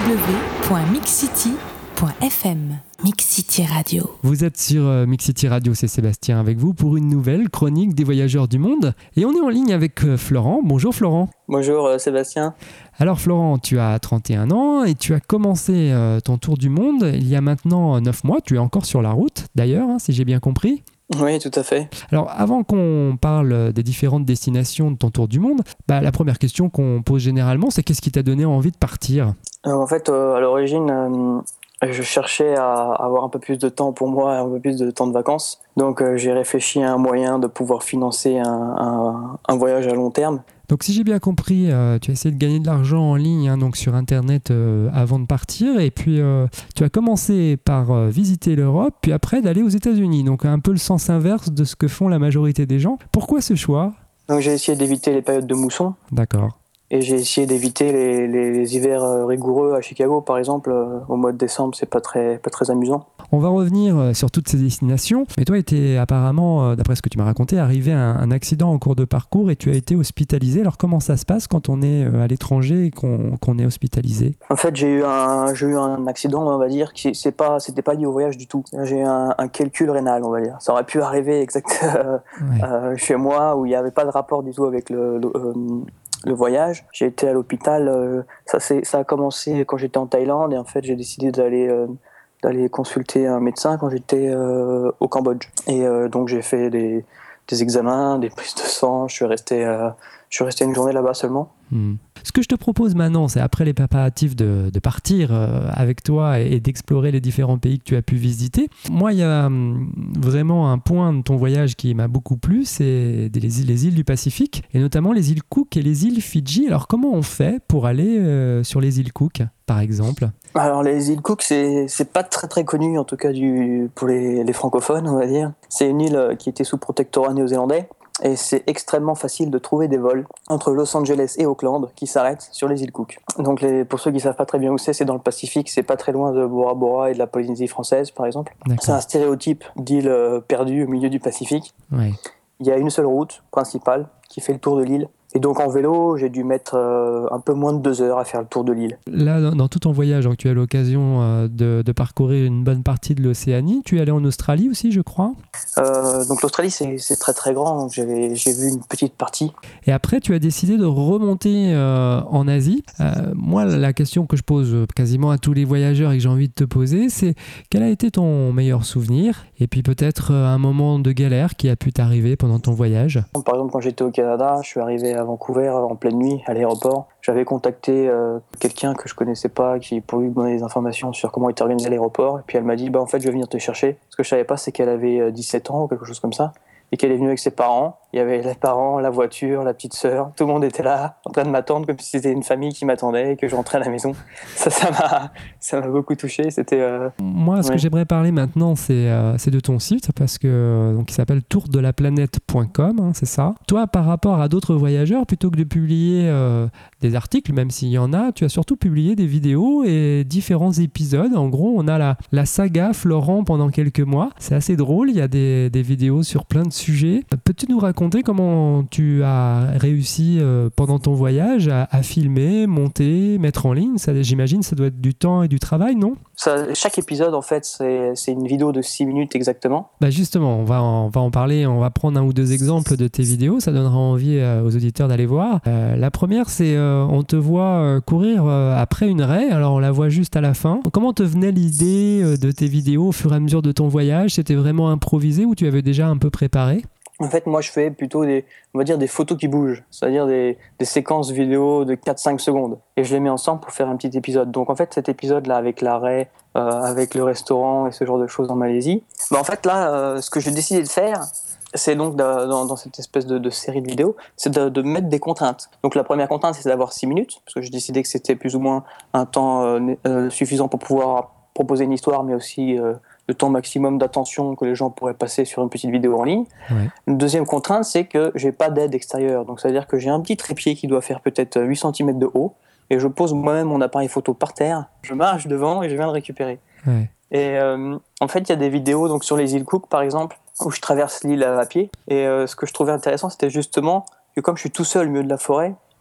www.mixcity.fm. Mix City Radio. Vous êtes sur Mix City Radio, c'est Sébastien avec vous pour une nouvelle chronique des voyageurs du monde. Et on est en ligne avec Florent. Bonjour Florent. Bonjour Sébastien. Alors Florent, tu as 31 ans et tu as commencé ton tour du monde il y a maintenant 9 mois. Tu es encore sur la route d'ailleurs, si j'ai bien compris. Oui, tout à fait. Alors, avant qu'on parle des différentes destinations de ton tour du monde, la première question qu'on pose généralement, c'est qu'est-ce qui t'a donné envie de partir ? En fait, à l'origine, je cherchais à avoir un peu plus de temps pour moi, un peu plus de temps de vacances. Donc, j'ai réfléchi à un moyen de pouvoir financer un voyage à long terme. Donc, si j'ai bien compris, tu as essayé de gagner de l'argent en ligne, donc sur Internet, avant de partir. Et puis, tu as commencé par visiter l'Europe, puis après d'aller aux États-Unis. Donc, un peu le sens inverse de ce que font la majorité des gens. Pourquoi ce choix ? Donc, j'ai essayé d'éviter les périodes de mousson. D'accord. Et j'ai essayé d'éviter les hivers rigoureux à Chicago, par exemple. Au mois de décembre, c'est pas très amusant. On va revenir sur toutes ces destinations. Mais toi, était apparemment, d'après ce que tu m'as raconté, arrivé à un accident en cours de parcours et tu as été hospitalisé. Alors, comment ça se passe quand on est à l'étranger et qu'on est hospitalisé ? En fait, j'ai eu un accident, on va dire, qui c'était pas lié au voyage du tout. J'ai eu un calcul rénal, on va dire. Ça aurait pu arriver chez moi où il n'y avait pas de rapport du tout avec le voyage. J'ai été à l'hôpital, ça a commencé quand j'étais en Thaïlande et en fait j'ai décidé d'aller consulter un médecin quand j'étais au Cambodge. Et donc j'ai fait des examens, des prises de sang, je suis resté une journée là-bas seulement. Ce que je te propose maintenant, c'est après les préparatifs de partir avec toi et d'explorer les différents pays que tu as pu visiter. Moi, il y a vraiment un point de ton voyage qui m'a beaucoup plu, c'est les îles du Pacifique, et notamment les îles Cook et les îles Fidji. Alors, comment on fait pour aller sur les îles Cook, par exemple ? Alors, les îles Cook, c'est pas très connu, en tout cas pour les francophones, on va dire. C'est une île qui était sous protectorat néo-zélandais. Et c'est extrêmement facile de trouver des vols entre Los Angeles et Auckland qui s'arrêtent sur les îles Cook. Donc pour ceux qui ne savent pas très bien où c'est dans le Pacifique, c'est pas très loin de Bora Bora et de la Polynésie française par exemple. D'accord. C'est un stéréotype d'île perdue au milieu du Pacifique. Ouais. Il y a une seule route principale qui fait le tour de l'île. Et donc en vélo, j'ai dû mettre un peu moins de 2 heures à faire le tour de l'île. Là, dans tout ton voyage, donc, tu as l'occasion de parcourir une bonne partie de l'Océanie. Tu es allé en Australie aussi, je crois. Donc l'Australie, c'est très grand. Donc j'ai vu une petite partie. Et après, tu as décidé de remonter en Asie. Moi, la question que je pose quasiment à tous les voyageurs et que j'ai envie de te poser, c'est quel a été ton meilleur souvenir ? Et puis peut-être un moment de galère qui a pu t'arriver pendant ton voyage ? Par exemple, quand j'étais au Canada, je suis arrivé à Vancouver en pleine nuit à l'aéroport. J'avais contacté quelqu'un que je connaissais pas pour lui donner des informations sur comment était organisé l'aéroport. Et puis elle m'a dit en fait je vais venir te chercher. Ce que je savais pas, c'est qu'elle avait 17 ans ou quelque chose comme ça. Et qu'elle est venue avec ses parents. Il y avait les parents, la voiture, la petite sœur. Tout le monde était là, en train de m'attendre, comme si c'était une famille qui m'attendait et que je rentrais à la maison. Ça m'a beaucoup touché. C'était. Moi, ce que j'aimerais parler maintenant, c'est de ton site, parce que il s'appelle tourdelaplanet.com, c'est ça. Toi, par rapport à d'autres voyageurs, plutôt que de publier des articles, même s'il y en a, tu as surtout publié des vidéos et différents épisodes. En gros, on a la saga Florent pendant quelques mois. C'est assez drôle. Il y a des vidéos sur plein de sujets. Peux-tu nous raconter comment tu as réussi pendant ton voyage à filmer, monter, mettre en ligne ? Ça, j'imagine ça doit être du temps et du travail, non ? Chaque épisode, en fait, c'est une vidéo de 6 minutes exactement. Justement, on va en parler. On va prendre 1 ou 2 exemples de tes vidéos. Ça donnera envie aux auditeurs d'aller voir. La première, c'est on te voit courir après une raie. Alors, on la voit juste à la fin. Comment te venait l'idée de tes vidéos au fur et à mesure de ton voyage ? C'était vraiment improvisé ou tu avais déjà un peu préparé ? En fait, moi, je fais plutôt des photos qui bougent, c'est-à-dire des séquences vidéo de 4-5 secondes. Et je les mets ensemble pour faire un petit épisode. Donc, en fait, cet épisode-là, avec l'arrêt, avec le restaurant et ce genre de choses en Malaisie, en fait, là, ce que j'ai décidé de faire, c'est donc, dans cette espèce de série de vidéos, c'est de mettre des contraintes. Donc, la première contrainte, c'est d'avoir 6 minutes, parce que j'ai décidé que c'était plus ou moins un temps suffisant pour pouvoir proposer une histoire, mais aussi le temps maximum d'attention que les gens pourraient passer sur une petite vidéo en ligne. Ouais. Une deuxième contrainte, c'est que j'ai pas d'aide extérieure. Donc, ça veut dire que j'ai un petit trépied qui doit faire peut-être 8 cm de haut et je pose moi-même mon appareil photo par terre, je marche devant et je viens le récupérer. Ouais. Et en fait, il y a des vidéos donc, sur les îles Cook, par exemple, où je traverse l'île à pied. Et ce que je trouvais intéressant, c'était justement que comme je suis tout seul au milieu de la forêt,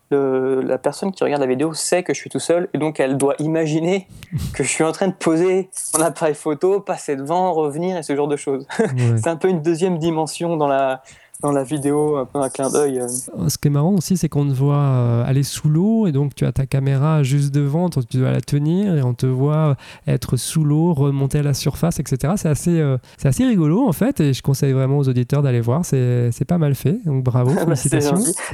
la personne qui regarde la vidéo sait que je suis tout seul et donc elle doit imaginer que je suis en train de poser mon appareil photo, passer devant, revenir et ce genre de choses. Ouais. C'est un peu une deuxième dimension dans la vidéo, un peu un clin d'œil. Ce qui est marrant aussi, c'est qu'on te voit aller sous l'eau et donc tu as ta caméra juste devant, tu dois la tenir et on te voit être sous l'eau, remonter à la surface, etc. C'est assez rigolo en fait et je conseille vraiment aux auditeurs d'aller voir. C'est pas mal fait, donc bravo, félicitations. C'est gentil.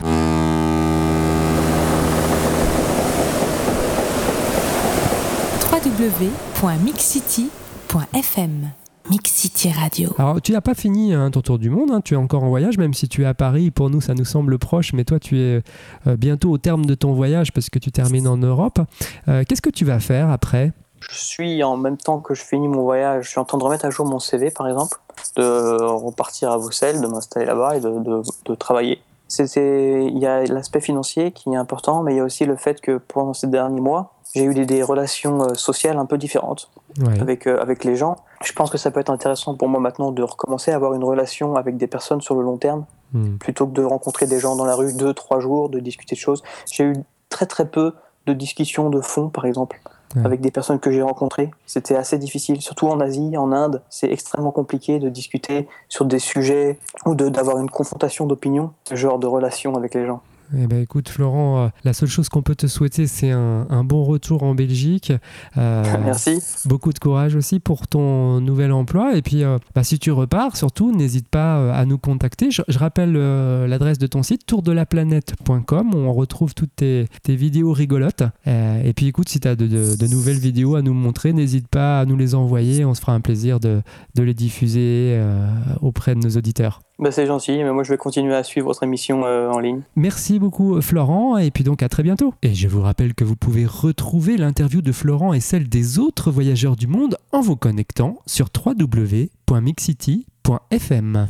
www.mixcity.fm Mix City Radio. Alors, tu n'as pas fini ton tour du monde, tu es encore en voyage, même si tu es à Paris. Pour nous, ça nous semble proche, mais toi, tu es bientôt au terme de ton voyage parce que tu termines en Europe. Qu'est-ce que tu vas faire après ? Je suis, en même temps que je finis mon voyage, je suis en train de remettre à jour mon CV, par exemple, de repartir à Bruxelles, de m'installer là-bas et de travailler. Il y a l'aspect financier qui est important, mais il y a aussi le fait que pendant ces derniers mois, j'ai eu des relations sociales un peu différentes avec les gens. Je pense que ça peut être intéressant pour moi maintenant de recommencer à avoir une relation avec des personnes sur le long terme, plutôt que de rencontrer des gens dans la rue 2-3 jours, de discuter de choses. J'ai eu très très peu de discussions de fond, par exemple, avec des personnes que j'ai rencontrées. C'était assez difficile, surtout en Asie, en Inde. C'est extrêmement compliqué de discuter sur des sujets ou d'avoir une confrontation d'opinion, ce genre de relation avec les gens. Eh ben, écoute Florent, la seule chose qu'on peut te souhaiter, c'est un bon retour en Belgique. Merci. Beaucoup de courage aussi pour ton nouvel emploi. Et puis, si tu repars, surtout, n'hésite pas à nous contacter. Je rappelle l'adresse de ton site, tourdelaplanète.com, où on retrouve toutes tes vidéos rigolotes. Et puis, écoute, si tu as de nouvelles vidéos à nous montrer, n'hésite pas à nous les envoyer. On se fera un plaisir de les diffuser auprès de nos auditeurs. C'est gentil, mais moi je vais continuer à suivre votre émission en ligne. Merci beaucoup Florent, et puis donc à très bientôt. Et je vous rappelle que vous pouvez retrouver l'interview de Florent et celle des autres voyageurs du monde en vous connectant sur www.mixcity.fm.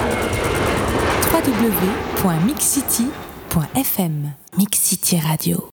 www.mixcity.fm Mix City Radio.